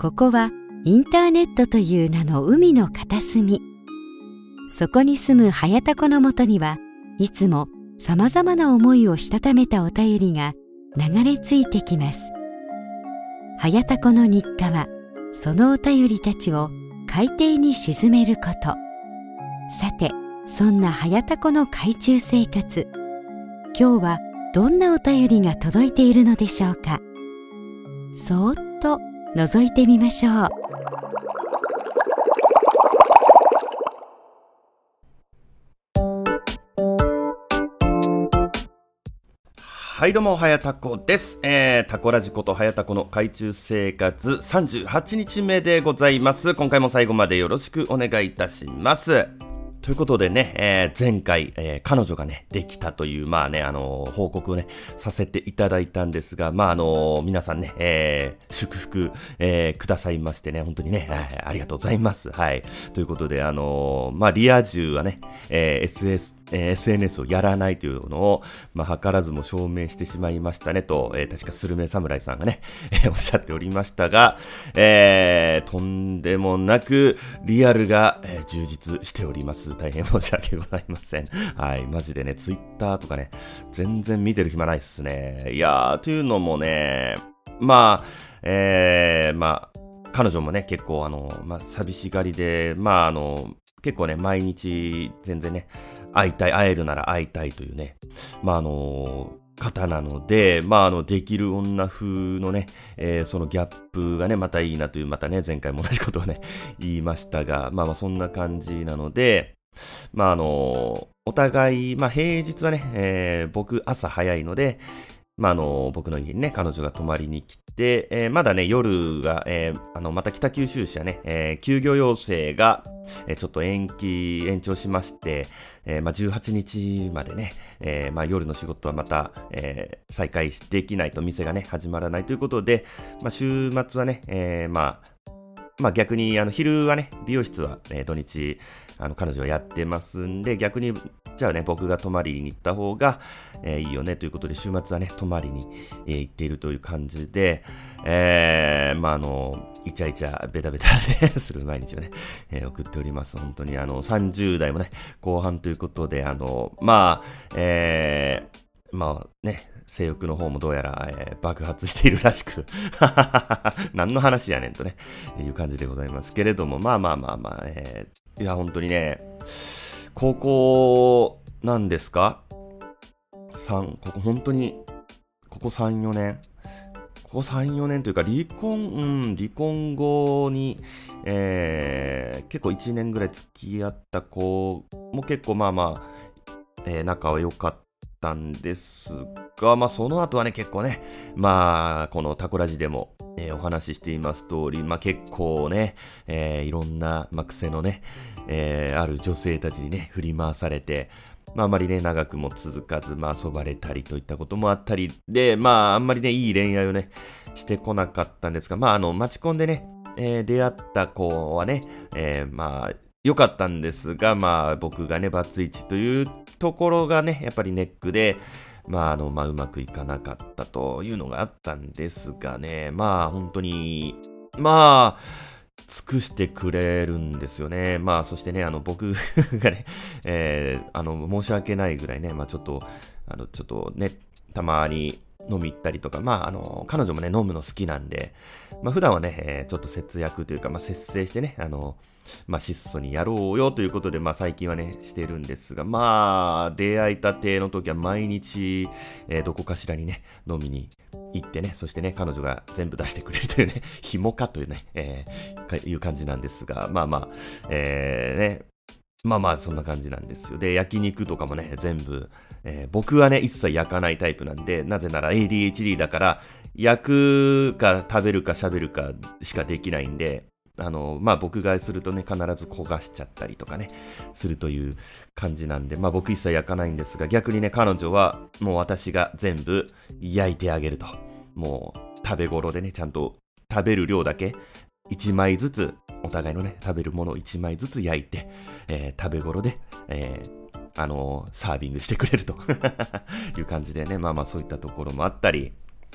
ここはインターネットという名の海の片隅。そこに住むはやたこのもとにはいつもさまざまな思いをしたためたお便りが流れ着いてきます。はやたこの日課はそのお便りたちを海底に沈めること。さて、そんなはやたこの海中生活、今日はどんなお便りが届いているのでしょうか。そーっと覗いてみましょう。 はい、どうもはやたこです。タコラジことはやたこの海中生活38日目でございます。今回も最後までよろしくお願いいたします。ということでね、前回、彼女がね、できたという、報告をね、させていただいたんですが、皆さんね、祝福、くださいましてね、本当にね、ありがとうございます。はい。ということで、リア充はね、SNS をやらないというのを、図らずも証明してしまいましたねと、確かスルメ侍さんがね、おっしゃっておりましたが、とんでもなくリアルが、充実しております。大変申し訳ございません。はい、マジでね、ツイッターとかね、全然見てる暇ないっすね。いやー、というのもね、彼女もね、結構寂しがりで、結構ね、毎日全然ね、会えるなら会いたいというね、方なので、できる女風のね、そのギャップがね、またいいなという、またね、前回も同じことをね、言いましたが、そんな感じなので、お互い、平日はね、僕朝早いので、僕の家にね、彼女が泊まりに来て、まだね、夜が、また北九州市はね、休業要請が、ちょっと延長しまして、18日までね、夜の仕事はまた、再開できないと、店がね、始まらないということで、週末はね、逆に昼はね、美容室は、土日彼女はやってますんで、逆にじゃあね、僕が泊まりに行った方が、いいよねということで、週末はね、泊まりに、行っているという感じで、イチャイチャベタベタでする毎日をね、送っております。本当に30代もね、後半ということで、性欲の方もどうやら、爆発しているらしく何の話やねんとねいう感じでございますけれども、いや本当にね、高校なんですか、本当にここ3、4年というか離婚後に、結構1年ぐらい付き合った子も結構仲は良かったんですが、その後はね、結構ね、このタコラジでも、お話ししています通り、結構ね、いろんな、癖のね、ある女性たちにね、振り回されて、あまりね、長くも続かず、遊ばれたりといったこともあったりで、あんまりね、いい恋愛をね、してこなかったんですが、マチコンでね、出会った子はね、良かったんですが、僕がね、バツイチというところがね、やっぱりネックで、うまくいかなかったというのがあったんですがね、本当に、尽くしてくれるんですよね。そしてね、僕がね、申し訳ないぐらいね、ちょっとね、たまに飲み行ったりとか、彼女もね、飲むの好きなんで、普段はね、ちょっと節約というか、節制してね、質素にやろうよということで、最近はね、してるんですが、出会いたての時は毎日、どこかしらにね、飲みに行ってね、そしてね、彼女が全部出してくれるというね、紐かというね、いう感じなんですが、そんな感じなんですよ。で、焼肉とかもね、全部、僕はね、一切焼かないタイプなんで、なぜなら ADHD だから、焼くか食べるか喋るかしかできないんで、僕がするとね、必ず焦がしちゃったりとかね、するという感じなんで、僕一切焼かないんですが、逆にね、彼女はもう私が全部焼いてあげると。もう食べ頃でね、ちゃんと食べる量だけ1枚ずつ、お互いのね、食べるものを1枚ずつ焼いて、食べ頃で、サービングしてくれるという感じでね、そういったところもあったり、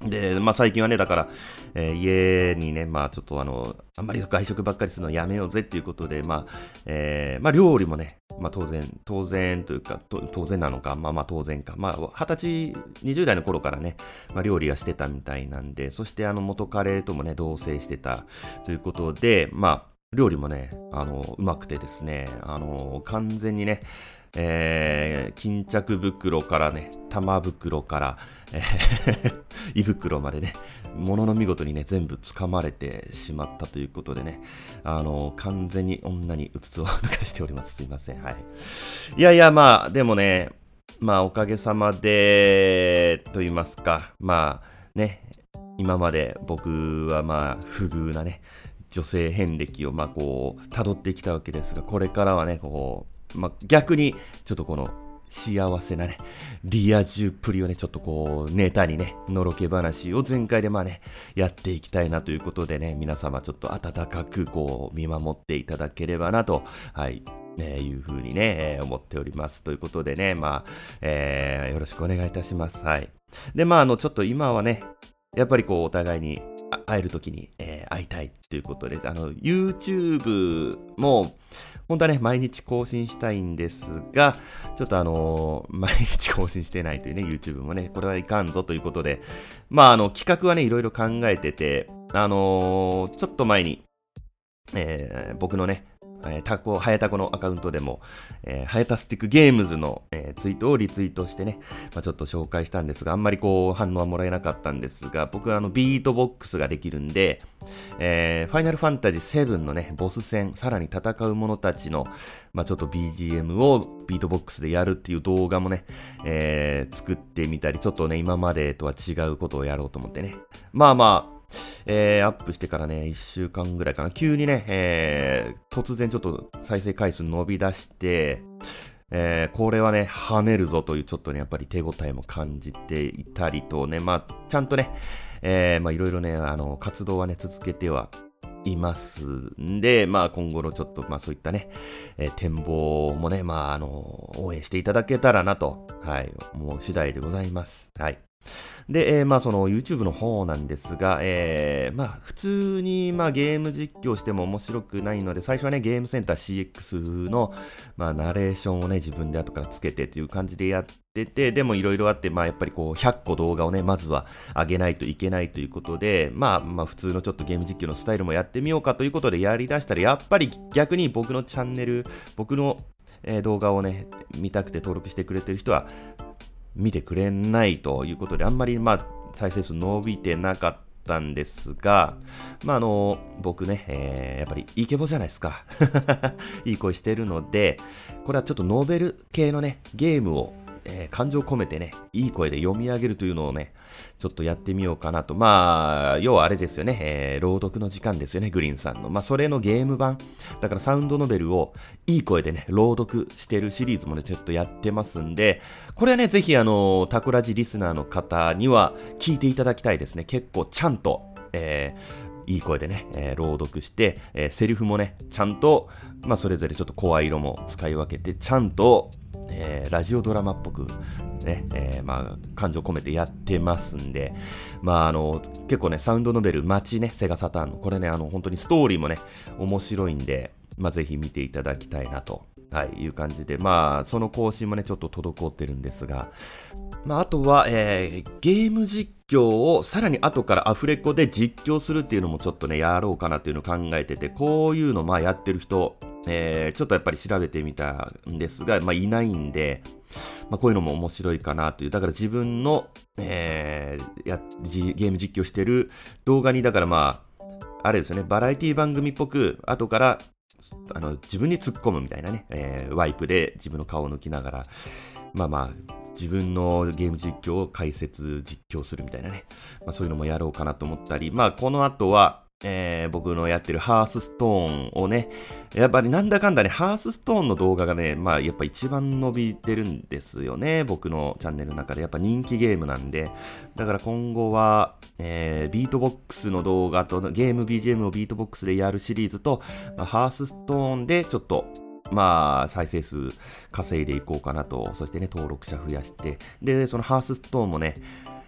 で、まあ最近はね、だから、家にね、まあちょっとあんまり外食ばっかりするのやめようぜっていうことで、まあ料理もね、まあ当然というか、当然なのか、まあ当然か、まあ20歳、20代の頃からね、まあ料理はしてたみたいなんで、そして元彼ともね、同棲してたということで、まあ料理もね、うまくてですね、完全にね、巾着袋からね、玉袋から、胃袋までね、ものの見事にね、全部掴まれてしまったということでね、完全に女にうつつを抜かしております。すいません。はい。いやいや、まあ、でもね、まあ、おかげさまで、と言いますか、まあ、ね、今まで僕はまあ、不遇なね、女性遍歴をまあ、こう、辿ってきたわけですが、これからはね、こう、まあ、逆に、ちょっとこの、幸せなね、リア充っぷりをね、ちょっとこう、ネタにね、のろけ話を全開でまあね、やっていきたいなということでね、皆様ちょっと温かくこう、見守っていただければなと、はい、いうふうにね、思っております。ということでね、まあ、よろしくお願いいたします。はい。で、まあ、ちょっと今はね、やっぱりこう、お互いに会えるときに、会いたいということで、YouTube も、本当はね、毎日更新したいんですが、ちょっと毎日更新してないというね、YouTube もね、これはいかんぞということで、まあ、企画はね、いろいろ考えてて、ちょっと前に、僕のね、はやたこのアカウントでも、はやたスティックゲームズの、ツイートをリツイートしてね、まあ、ちょっと紹介したんですが、あんまりこう反応はもらえなかったんですが、僕はビートボックスができるんで、ファイナルファンタジー7のね、ボス戦、さらに戦う者たちの、まあ、ちょっと BGM をビートボックスでやるっていう動画もね、作ってみたり、ちょっとね、今までとは違うことをやろうと思ってね。まあまあ、アップしてからね、1週間ぐらいかな、急にね、突然ちょっと再生回数伸び出して、これはね、跳ねるぞというちょっとね、やっぱり手応えも感じていたりとね、まあ、ちゃんとね、まあいろいろね、活動はね、続けてはいますんで、まあ今後のちょっと、まあそういったね、展望もね、まあ応援していただけたらなと、はい、思う次第でございます。はい。で、まあその YouTube の方なんですが、まあ普通にまあゲーム実況しても面白くないので、最初はねゲームセンター CX のまあナレーションをね自分で後からつけてという感じでやってて、でもいろいろあって、まあやっぱりこう100個動画をねまずは上げないといけないということで、まあ普通のちょっとゲーム実況のスタイルもやってみようかということでやりだしたら、やっぱり逆に僕のチャンネル、僕の動画をね見たくて登録してくれてる人は見てくれないということで、あんまりまあ再生数伸びてなかったんですが、まあ僕ね、やっぱりイケボじゃないですかいい声してるので、これはちょっとノベル系のねゲームを、感情込めてねいい声で読み上げるというのをねちょっとやってみようかなと。まあ要はあれですよね、朗読の時間ですよね、グリーンさんの。まあそれのゲーム版だから、サウンドノベルをいい声でね朗読してるシリーズもねちょっとやってますんで、これはねぜひタコラジリスナーの方には聞いていただきたいですね。結構ちゃんと、いい声でね、朗読して、セリフもねちゃんと、まあそれぞれちょっと声色も使い分けてちゃんとラジオドラマっぽくね、まあ感情込めてやってますんで、まあ結構ねサウンドノベル街ね、セガサターンのこれね本当にストーリーもね面白いんで、まあぜひ見ていただきたいなと、はい、いう感じで、まあその更新もねちょっと滞ってるんですが、まああとは、ゲーム実況をさらに後からアフレコで実況するっていうのもちょっとねやろうかなっていうのを考えてて、こういうのまあやってる人ちょっとやっぱり調べてみたんですが、まあいないんで、まあこういうのも面白いかなという、だから自分の、ゲーム実況してる動画に、だからまあ、あれですよね、バラエティ番組っぽく、後から、自分に突っ込むみたいなね、ワイプで自分の顔を抜きながら、まあまあ、自分のゲーム実況を解説実況するみたいなね、まあそういうのもやろうかなと思ったり、まあこの後は、僕のやってるハースストーンをね、やっぱりなんだかんだね、ハースストーンの動画がね、まあやっぱ一番伸びてるんですよね、僕のチャンネルの中で。やっぱ人気ゲームなんで、だから今後は、ビートボックスの動画とゲーム BGM をビートボックスでやるシリーズと、まあ、ハースストーンでちょっとまあ再生数稼いでいこうかなと。そしてね登録者増やして、でそのハースストーンもね、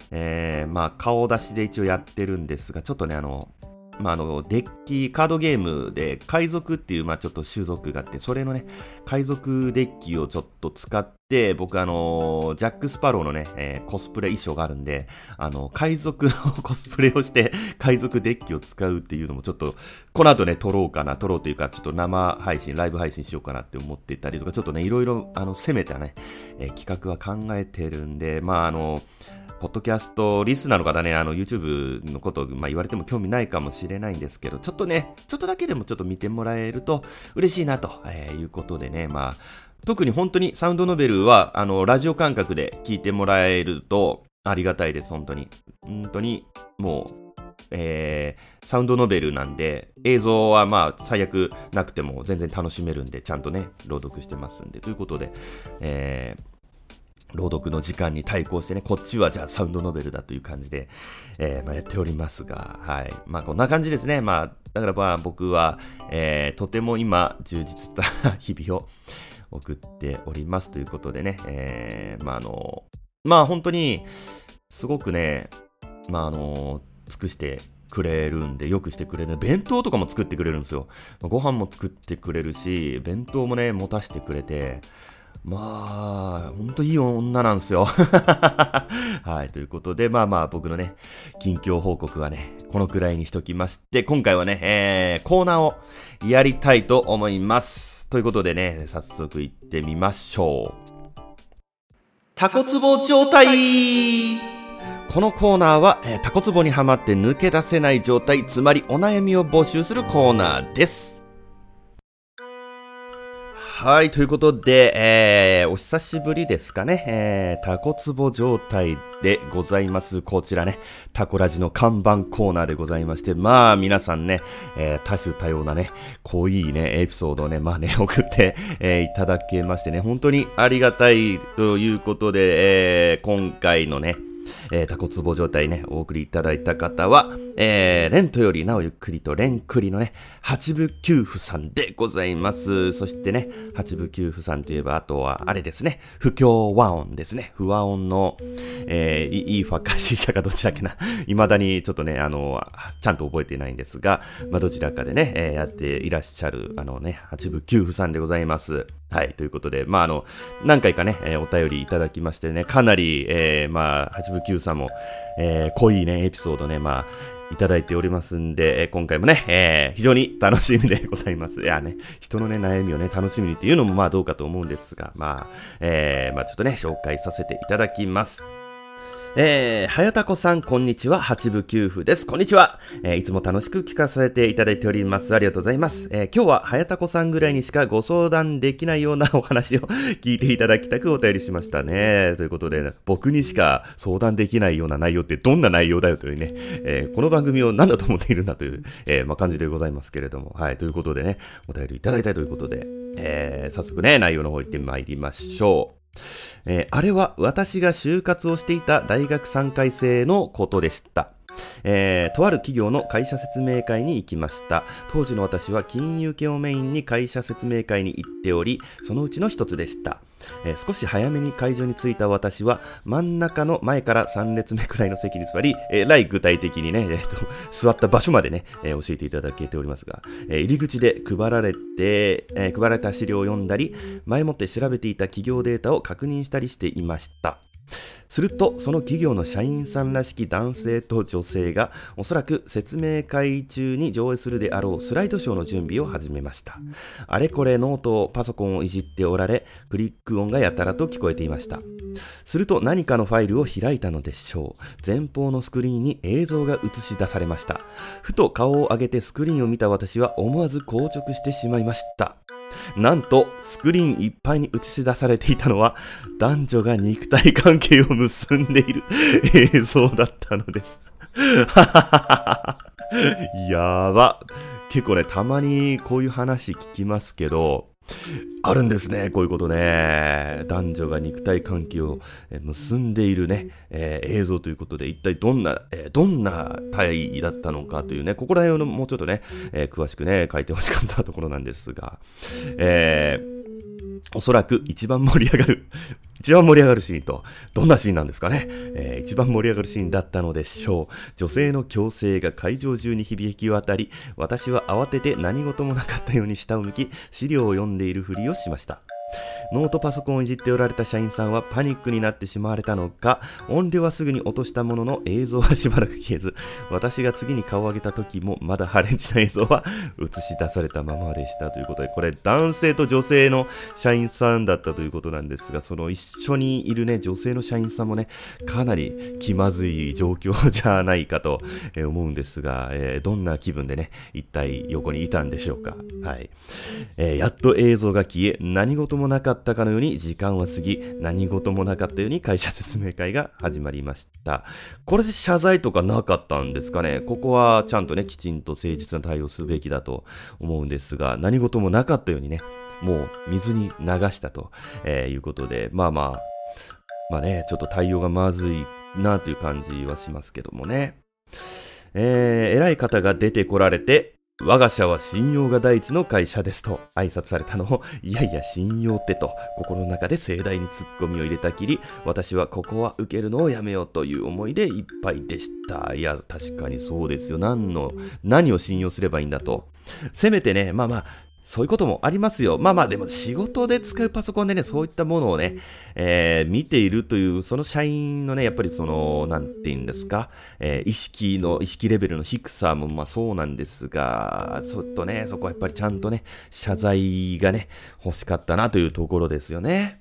顔出しで一応やってるんですが、ちょっとね、デッキ、カードゲームで海賊っていう、ちょっと種族があって、それのね、海賊デッキをちょっと使って、僕ジャック・スパローのね、コスプレ衣装があるんで、海賊のコスプレをして、海賊デッキを使うっていうのもちょっと、この後ね、撮ろうというか、ちょっと生配信、ライブ配信しようかなって思ってたりとか、ちょっとね、いろいろ、攻めたね、企画は考えてるんで、ポッドキャストリスナーの方ね、YouTube のこと、言われても興味ないかもしれないんですけど、ちょっとだけでもちょっと見てもらえると嬉しいなということでね、特に本当にサウンドノベルは、ラジオ感覚で聞いてもらえるとありがたいです、本当に。本当に、もう、サウンドノベルなんで、映像は最悪なくても全然楽しめるんで、ちゃんとね、朗読してますんで、ということで、朗読の時間に対抗してね、こっちはじゃあサウンドノベルだという感じで、やっておりますが、はい。こんな感じですね。だから僕は、とても今、充実した日々を送っておりますということでね、本当に、すごくね、尽くしてくれるんで、よくしてくれる。弁当とかも作ってくれるんですよ。ご飯も作ってくれるし、弁当もね、持たせてくれて、ほんといい女なんですよ。はい、ということで、僕のね、近況報告はね、このくらいにしときまして、今回はね、コーナーをやりたいと思います。ということでね、早速行ってみましょう。タコツボ状態。このコーナーは、タコツボにはまって抜け出せない状態、つまりお悩みを募集するコーナーです。はい、ということで、お久しぶりですかね、タコツボ状態でございます。こちらね、タコラジの看板コーナーでございまして、皆さんね、多種多様なね、濃いね、エピソードをね、送って、いただけましてね、本当にありがたいということで、今回のね、タコツボ状態ね、お送りいただいた方は、レントよりなおゆっくりとレンクリのね、八部九夫さんでございます。そしてね、八部九夫さんといえば、あとはあれですね、不協和音ですね、不和音の、いいファかシシャかどちらかな、未だにちょっとね、ちゃんと覚えていないんですが、どちらかでね、やっていらっしゃる、八部九夫さんでございます。はい、ということで、何回かね、お便りいただきましてね、かなり、八部九さんも、濃いね、エピソードね、いただいておりますんで、今回もね、非常に楽しみでございます。いやね、人のね、悩みをね、楽しみにっていうのもどうかと思うんですが、ちょっとね、紹介させていただきます。はやたこさん、こんにちは。八部九夫です。こんにちは。いつも楽しく聞かせていただいております。ありがとうございます。今日ははやたこさんぐらいにしかご相談できないようなお話を聞いていただきたくお便りしましたね。ということで、僕にしか相談できないような内容ってどんな内容だよというね、この番組を何だと思っているんだという、感じでございますけれども。はい。ということでね、お便りいただいたということで、早速ね、内容の方行ってまいりましょう。あれは私が就活をしていた大学3回生のことでした。とある企業の会社説明会に行きました。当時の私は金融系をメインに会社説明会に行っており、そのうちの一つでした。少し早めに会場に着いた私は真ん中の前から3列目くらいの席に座り、具体的にね、座った場所までね、教えていただけておりますが、入り口で配られた資料を読んだり、前もって調べていた企業データを確認したりしていました。するとその企業の社員さんらしき男性と女性がおそらく説明会中に上映するであろうスライドショーの準備を始めました。あれこれノートパソコンをいじっておられ、クリック音がやたらと聞こえていました。すると何かのファイルを開いたのでしょう。前方のスクリーンに映像が映し出されました。ふと顔を上げてスクリーンを見た私は思わず硬直してしまいました。なんとスクリーンいっぱいに映し出されていたのは男女が肉体関係を結んでいる映像だったのですやば。結構ね、たまにこういう話聞きますけど、あるんですね、こういうことね。男女が肉体関係を結んでいるね、映像ということで、一体どんな体位だったのかというね、ここら辺をもうちょっとね、詳しくね、書いてほしかったところなんですが、 おそらく一番盛り上がるシーンと、どんなシーンなんですかね。一番盛り上がるシーンだったのでしょう。女性の強制が会場中に響き渡り、私は慌てて何事もなかったように下を向き、資料を読んでいるふりをしました。ノートパソコンをいじっておられた社員さんはパニックになってしまわれたのか、音量はすぐに落としたものの映像はしばらく消えず、私が次に顔を上げた時もまだハレンチな映像は映し出されたままでしたということで、これ男性と女性の社員さんだったということなんですが、その一緒にいるね女性の社員さんもね、かなり気まずい状況じゃないかと思うんですが、どんな気分でね一体横にいたんでしょうか。はい。やっと映像が消え、何事もなかったかのように時間は過ぎ、何事もなかったように会社説明会が始まりました。これで謝罪とかなかったんですかね。ここはちゃんとねきちんと誠実な対応すべきだと思うんですが、何事もなかったようにね、もう水に流したと、いうことで、まあね、ちょっと対応がまずいなという感じはしますけどもね。偉い方が出てこられて、我が社は信用が第一の会社ですと挨拶されたのを、いやいや信用ってと心の中で盛大にツッコミを入れたきり、私はここは受けるのをやめようという思いでいっぱいでした。いや確かにそうですよ。何を信用すればいいんだと。せめてね、そういうこともありますよ。でも仕事で使うパソコンでね、そういったものをね、見ているという、その社員のね、やっぱりなんて言うんですか、意識レベルの低さもそうなんですが、ちょっとね、そこはやっぱりちゃんとね、謝罪がね、欲しかったなというところですよね。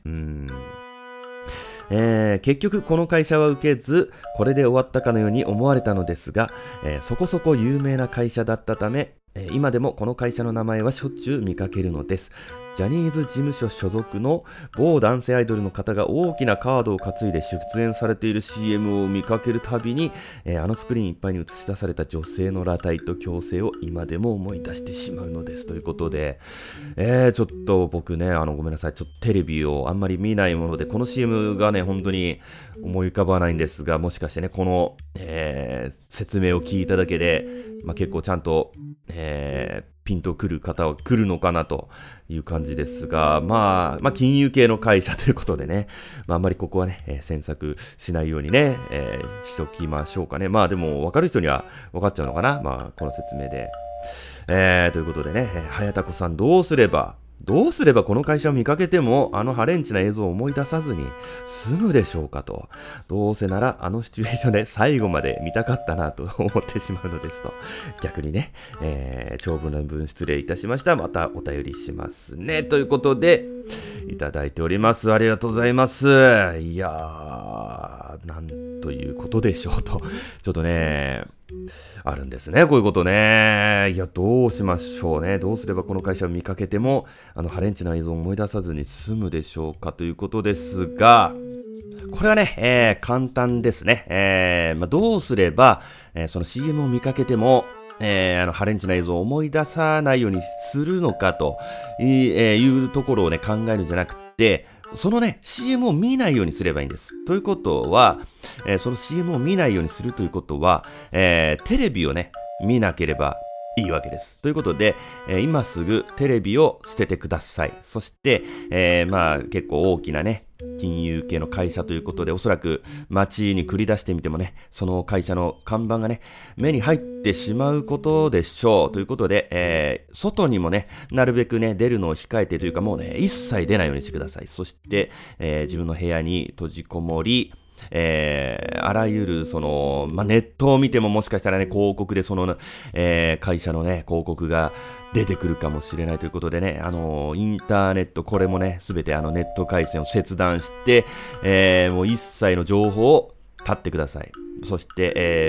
結局この会社は受けず、これで終わったかのように思われたのですが、そこそこ有名な会社だったため、今でもこの会社の名前はしょっちゅう見かけるのです。ジャニーズ事務所所属の某男性アイドルの方が大きなカードを担いで出演されている CM を見かけるたびに、あのスクリーンいっぱいに映し出された女性の裸体と矯正を今でも思い出してしまうのですということで、ちょっと僕ね、ごめんなさい、ちょっとテレビをあんまり見ないもので、この CM がね本当に思い浮かばないんですが、もしかしてねこの、説明を聞いただけで、結構ちゃんと、ピンとくる方は来るのかなという感じですが、金融系の会社ということでね、あんまりここはね、詮索しないようにね、しときましょうかね。でも分かる人には分かっちゃうのかな、この説明で。ということでね、早田子さんどうすればこの会社を見かけてもあのハレンチな映像を思い出さずに済むでしょうかと。どうせならあのシチュエーションで最後まで見たかったなと思ってしまうのですと。逆にね、長文の分失礼いたしました。またお便りしますね。ということでいただいております。ありがとうございます。いやー、なんということでしょうと。ちょっとね、あるんですね、こういうことね。いや、どうしましょうね。どうすればこの会社を見かけてもハレンチな映像を思い出さずに済むでしょうかということですが、これはね、簡単ですね。どうすれば、その CM を見かけてもハレンチな映像を思い出さないようにするのかというところをね考えるんじゃなくて、そのね CM を見ないようにすればいいんです。ということは、その CM を見ないようにするということは、テレビをね見なければいいわけです。ということで、今すぐテレビを捨ててください。そして、結構大きなね金融系の会社ということで、おそらく街に繰り出してみてもね、その会社の看板がね目に入ってしまうことでしょう。ということで、外にもねなるべくね出るのを控えてというか、もうね一切出ないようにしてください。そして、自分の部屋に閉じこもり、あらゆるネットを見てももしかしたらね広告で会社のね広告が出てくるかもしれないということでね、インターネット、これもねすべてネット回線を切断して、もう一切の情報を断ってください。そして、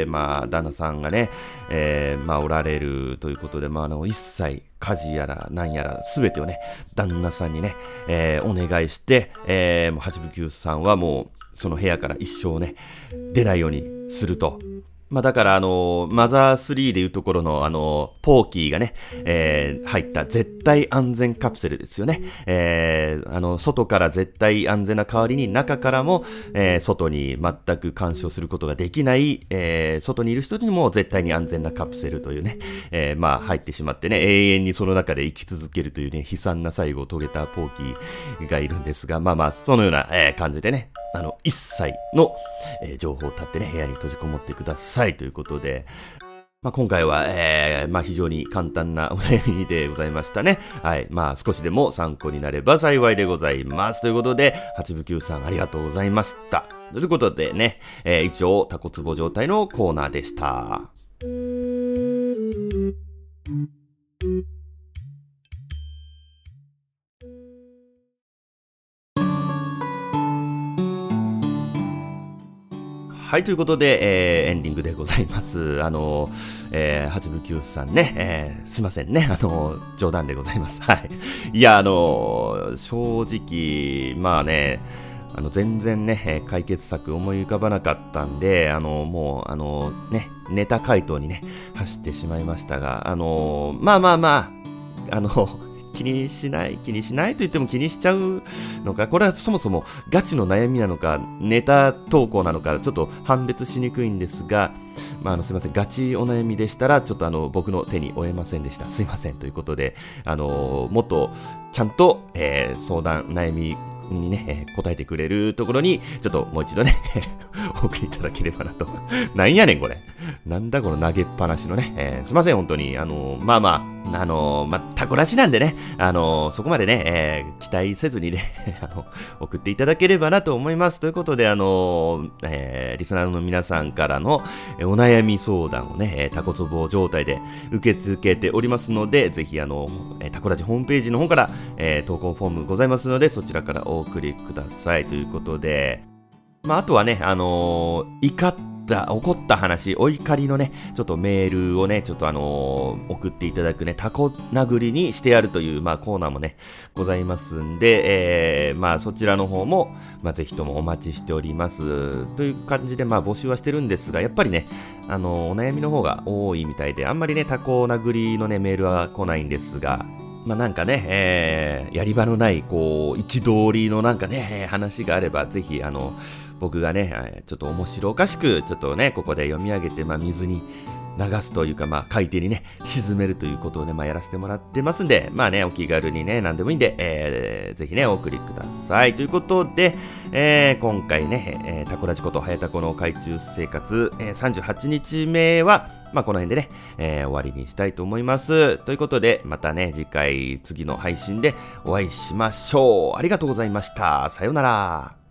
旦那さんがね、おられるということで、一切家事やら何やらすべてをね旦那さんにね、お願いして、もう八部九さんはもうその部屋から一生ね出ないようにするとだからマザー3でいうところのポーキーがね、入った絶対安全カプセルですよね。外から絶対安全な代わりに中からも、外に全く干渉することができない、外にいる人にも絶対に安全なカプセルというね、入ってしまってね、永遠にその中で生き続けるというね、悲惨な最後を遂げたポーキーがいるんですが、そのような、感じでね、一切の、情報を絶ってね、部屋に閉じこもってくださいということで、今回は、非常に簡単なお悩みでございましたね。はい。少しでも参考になれば幸いでございます。ということで、八部九さんありがとうございました。ということでね、以上、タコツボ状態のコーナーでした。はい、ということで、エンディングでございます。八部九さんね、すいませんね、冗談でございます。はい。いや、正直、全然ね、解決策思い浮かばなかったんで、ネタ回答にね、走ってしまいましたが、気にしないと言っても気にしちゃうのか、これはそもそもガチの悩みなのか、ネタ投稿なのか、ちょっと判別しにくいんですが、すいません、ガチお悩みでしたら、ちょっと僕の手に負えませんでした。すいません。ということで、もっとちゃんと、相談、悩みにね、答えてくれるところに、ちょっともう一度ね、お送りいただければなと。なんやねん、これ。なんだこの投げっぱなしのね。すいません、本当に。タコらしなんでね、そこまでね、期待せずにね、送っていただければなと思います。ということで、リスナーの皆さんからのお悩み相談をね、タコツボ状態で受け付けておりますので、ぜひタコラジホームページの方から、投稿フォームございますので、そちらからお送りくださいということで、あとはね、怒った話、お怒りのね、ちょっとメールをね、ちょっと送っていただくね、タコ殴りにしてやるという、コーナーもね、ございますんで、そちらの方も、ぜひともお待ちしております。という感じで、募集はしてるんですが、やっぱりね、お悩みの方が多いみたいで、あんまりね、タコ殴りのね、メールは来ないんですが、なんかね、やり場のない、憤りのなんかね、話があれば、ぜひ、僕がね、ちょっと面白おかしく、ちょっとね、ここで読み上げて、水に流すというか、海底にね、沈めるということをね、やらせてもらってますんで、お気軽にね、何でもいいんで、ぜひね、お送りください。ということで、今回ね、タコラジこと、はやたこの海中生活、38日目は、この辺でね、終わりにしたいと思います。ということで、またね、次の配信でお会いしましょう。ありがとうございました。さようなら。